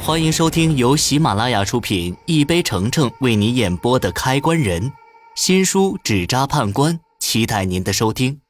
欢迎收听由喜马拉雅出品，一杯橙橙为你演播的《开关人》新书《纸扎判官》，期待您的收听。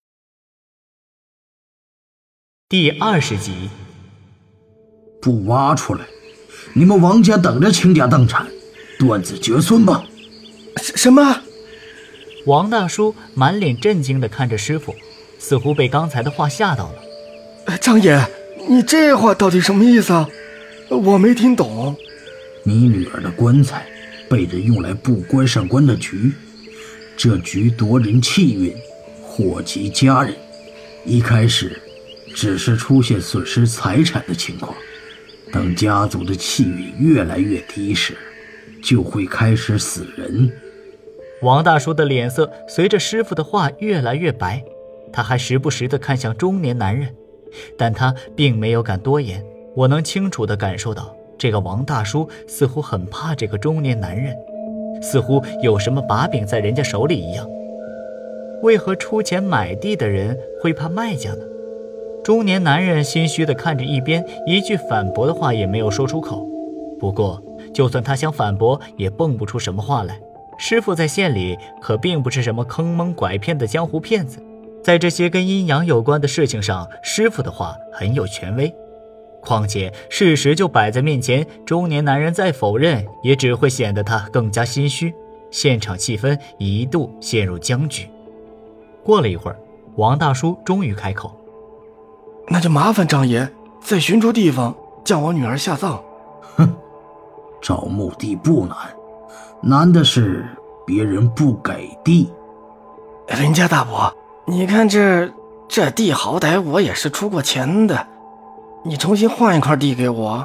第20集。 不挖出来，你们王家等着倾家荡产，断子绝孙吧？ 什么？ 王大叔满脸震惊地看着师傅，似乎被刚才的话吓到了。 张爷，你这话到底什么意思啊？我没听懂。 你女儿的棺材被人用来布关上官的局，这局夺人气运，祸及家人。一开始只是出现损失财产的情况，等家族的气运越来越低时，就会开始死人。 王大叔的脸色随着师傅的话越来越白，他还时不时地看向中年男人，但他并没有敢多言。我能清楚地感受到，这个王大叔似乎很怕这个中年男人，似乎有什么把柄在人家手里一样。为何出钱买地的人会怕卖家呢？中年男人心虚地看着一边，一句反驳的话也没有说出口。不过就算他想反驳，也蹦不出什么话来。师傅在县里可并不是什么坑蒙拐骗的江湖骗子，在这些跟阴阳有关的事情上，师傅的话很有权威。况且事实就摆在面前，中年男人再否认也只会显得他更加心虚。现场气氛一度陷入僵局。过了一会儿，王大叔终于开口： 那就麻烦张爷再寻出地方将我女儿下葬。 哼，找墓地不难，难的是别人不给地。 林家大伯，你看这地好歹我也是出过钱的，你重新换一块地给我。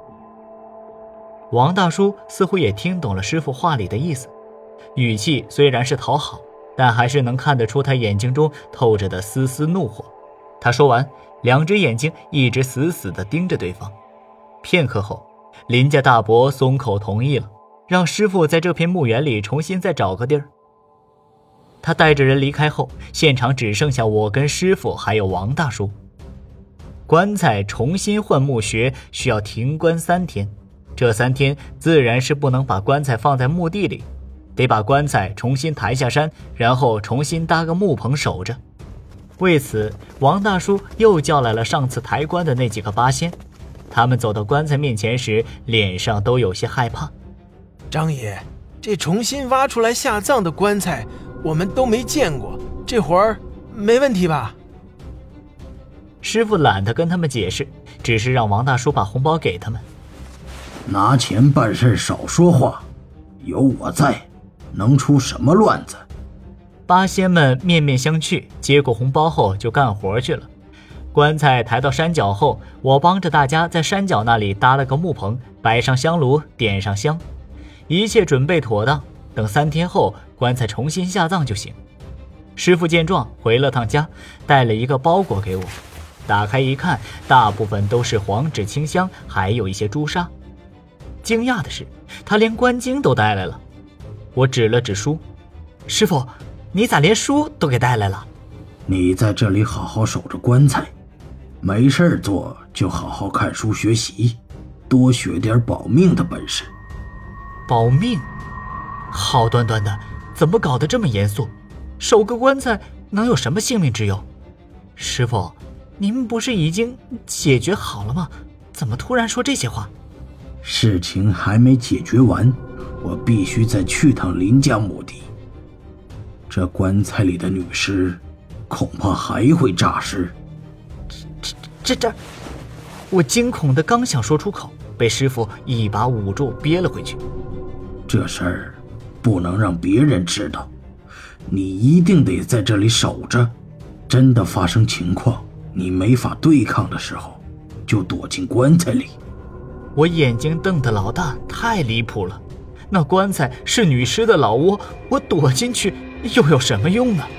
王大叔似乎也听懂了师傅话里的意思，语气虽然是讨好，但还是能看得出他眼睛中透着的丝丝怒火。他说完，两只眼睛一直死死地盯着对方。片刻后，林家大伯松口同意了，让师傅在这片墓园里重新再找个地儿。他带着人离开后，现场只剩下我跟师傅还有王大叔。棺材重新换墓穴需要停棺3天，这3天自然是不能把棺材放在墓地里，得把棺材重新抬下山，然后重新搭个木棚守着。为此，王大叔又叫来了上次抬棺的那几个八仙，他们走到棺材面前时，脸上都有些害怕。 张爷，这重新挖出来下葬的棺材我们都没见过，这活儿没问题吧？ 师傅懒得跟他们解释，只是让王大叔把红包给他们。 拿钱办事少说话，有我在，能出什么乱子？ 八仙们面面相觑，接过红包后就干活去了。棺材抬到山脚后，我帮着大家在山脚那里搭了个木棚，摆上香炉，点上香，一切准备妥当，等3天后棺材重新下葬就行。师傅见状回了趟家，带了一个包裹给我，打开一看，大部分都是黄纸清香，还有一些朱砂。惊讶的是，他连棺经都带来了。我指了指书：师傅，你咋连书都给带来了？ 你在这里好好守着棺材，没事做就好好看书学习，多学点保命的本事。 保命？好端端的，怎么搞得这么严肃？守个棺材能有什么性命之忧？师傅，您不是已经解决好了吗？怎么突然说这些话？ 事情还没解决完，我必须再去趟林家墓地。这棺材里的女尸恐怕还会诈尸。 这，我惊恐的刚想说出口，被师傅一把捂住憋了回去。 这事儿不能让别人知道，你一定得在这里守着，真的发生情况你没法对抗的时候，就躲进棺材里。 我眼睛瞪得老大，太离谱了。那棺材是女尸的老窝，我躲进去又有什么用呢？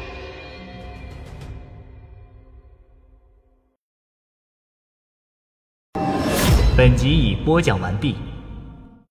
本集已播讲完毕。